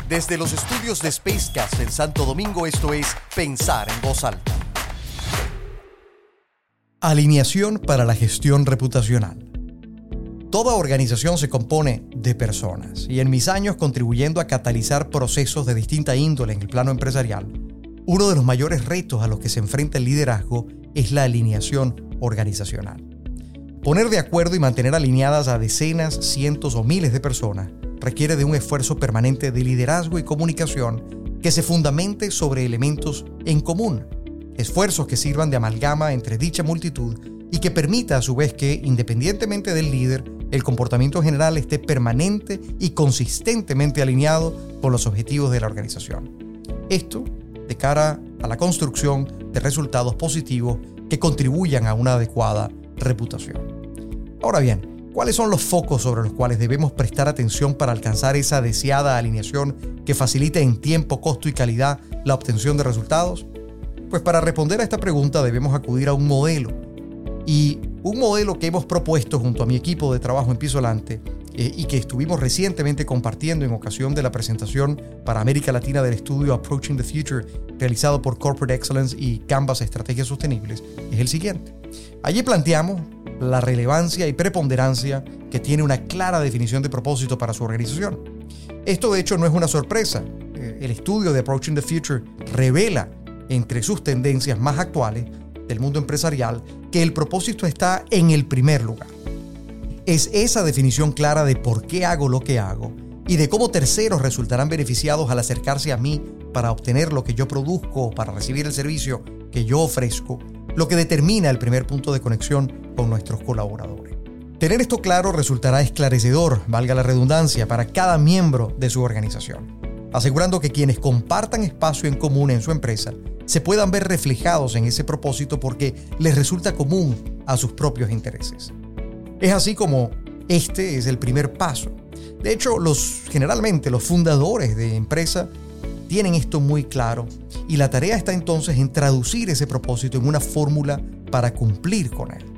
Desde los estudios de Spacecast en Santo Domingo, esto es Pensar en Voz Alta. Alineación para la gestión reputacional. Toda organización se compone de personas y en mis años contribuyendo a catalizar procesos de distinta índole en el plano empresarial, uno de los mayores retos a los que se enfrenta el liderazgo es la alineación organizacional. Poner de acuerdo y mantener alineadas a decenas, cientos o miles de personas requiere de un esfuerzo permanente de liderazgo y comunicación que se fundamente sobre elementos en común, esfuerzos que sirvan de amalgama entre dicha multitud y que permita a su vez que, independientemente del líder, el comportamiento general esté permanente y consistentemente alineado con los objetivos de la organización. Esto de cara a la construcción de resultados positivos que contribuyan a una adecuada reputación. Ahora bien, ¿cuáles son los focos sobre los cuales debemos prestar atención para alcanzar esa deseada alineación que facilite en tiempo, costo y calidad la obtención de resultados? Pues para responder a esta pregunta debemos acudir a un modelo. Y un modelo que hemos propuesto junto a mi equipo de trabajo en Pisolante y que estuvimos recientemente compartiendo en ocasión de la presentación para América Latina del estudio Approaching the Future realizado por Corporate Excellence y Canvas Estrategias Sostenibles es el siguiente. Allí planteamos la relevancia y preponderancia que tiene una clara definición de propósito para su organización. Esto de hecho no es una sorpresa. El estudio de Approaching the Future revela entre sus tendencias más actuales del mundo empresarial que el propósito está en el primer lugar. Es esa definición clara de por qué hago lo que hago y de cómo terceros resultarán beneficiados al acercarse a mí para obtener lo que yo produzco o para recibir el servicio que yo ofrezco, lo que determina el primer punto de conexión con nuestros colaboradores. Tener esto claro resultará esclarecedor, valga la redundancia, para cada miembro de su organización, asegurando que quienes compartan espacio en común en su empresa se puedan ver reflejados en ese propósito porque les resulta común a sus propios intereses. Es así como este es el primer paso. De hecho, generalmente los fundadores de empresa tienen esto muy claro y la tarea está entonces en traducir ese propósito en una fórmula para cumplir con él.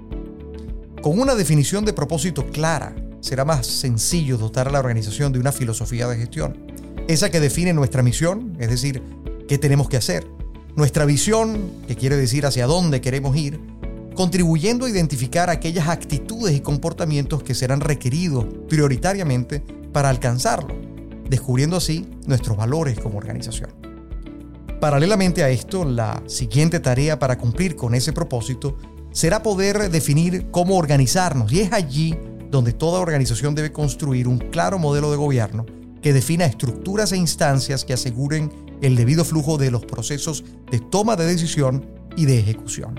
Con una definición de propósito clara, será más sencillo dotar a la organización de una filosofía de gestión. Esa que define nuestra misión, es decir, qué tenemos que hacer, nuestra visión, que quiere decir hacia dónde queremos ir, contribuyendo a identificar aquellas actitudes y comportamientos que serán requeridos prioritariamente para alcanzarlo, descubriendo así nuestros valores como organización. Paralelamente a esto, la siguiente tarea para cumplir con ese propósito será poder definir cómo organizarnos, y es allí donde toda organización debe construir un claro modelo de gobierno que defina estructuras e instancias que aseguren el debido flujo de los procesos de toma de decisión y de ejecución.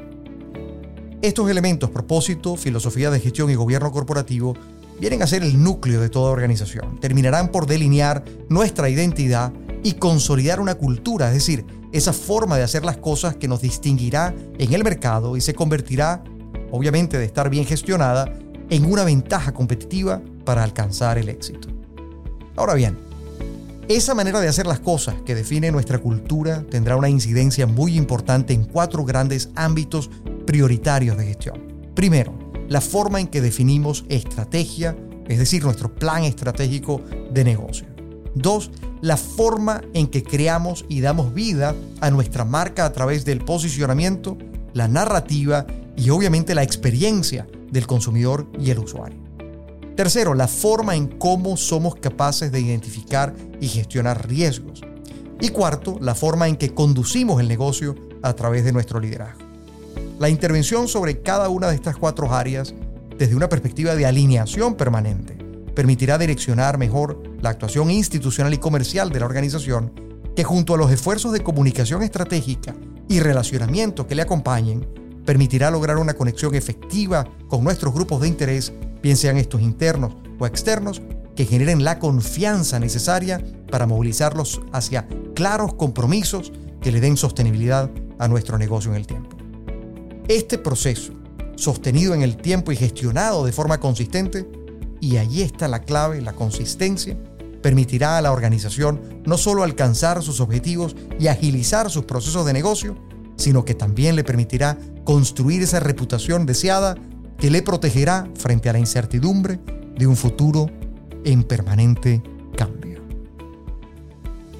Estos elementos, propósito, filosofía de gestión y gobierno corporativo, vienen a ser el núcleo de toda organización. Terminarán por delinear nuestra identidad y consolidar una cultura, es decir, esa forma de hacer las cosas que nos distinguirá en el mercado y se convertirá, obviamente de estar bien gestionada, en una ventaja competitiva para alcanzar el éxito. Ahora bien, esa manera de hacer las cosas que define nuestra cultura tendrá una incidencia muy importante en 4 grandes ámbitos prioritarios de gestión. Primero, la forma en que definimos estrategia, es decir, nuestro plan estratégico de negocio. 2, la forma en que creamos y damos vida a nuestra marca a través del posicionamiento, la narrativa y obviamente la experiencia del consumidor y el usuario. Tercero, la forma en cómo somos capaces de identificar y gestionar riesgos. Y cuarto, la forma en que conducimos el negocio a través de nuestro liderazgo. La intervención sobre cada una de estas 4 áreas, desde una perspectiva de alineación permanente, permitirá direccionar mejor la actuación institucional y comercial de la organización, que junto a los esfuerzos de comunicación estratégica y relacionamiento que le acompañen, permitirá lograr una conexión efectiva con nuestros grupos de interés, bien sean estos internos o externos, que generen la confianza necesaria para movilizarlos hacia claros compromisos que le den sostenibilidad a nuestro negocio en el tiempo. Este proceso, sostenido en el tiempo y gestionado de forma consistente, y allí está la clave, la consistencia, permitirá a la organización no solo alcanzar sus objetivos y agilizar sus procesos de negocio, sino que también le permitirá construir esa reputación deseada que le protegerá frente a la incertidumbre de un futuro en permanente cambio.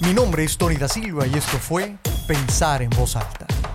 Mi nombre es Tony Da Silva y esto fue Pensar en Voz Alta.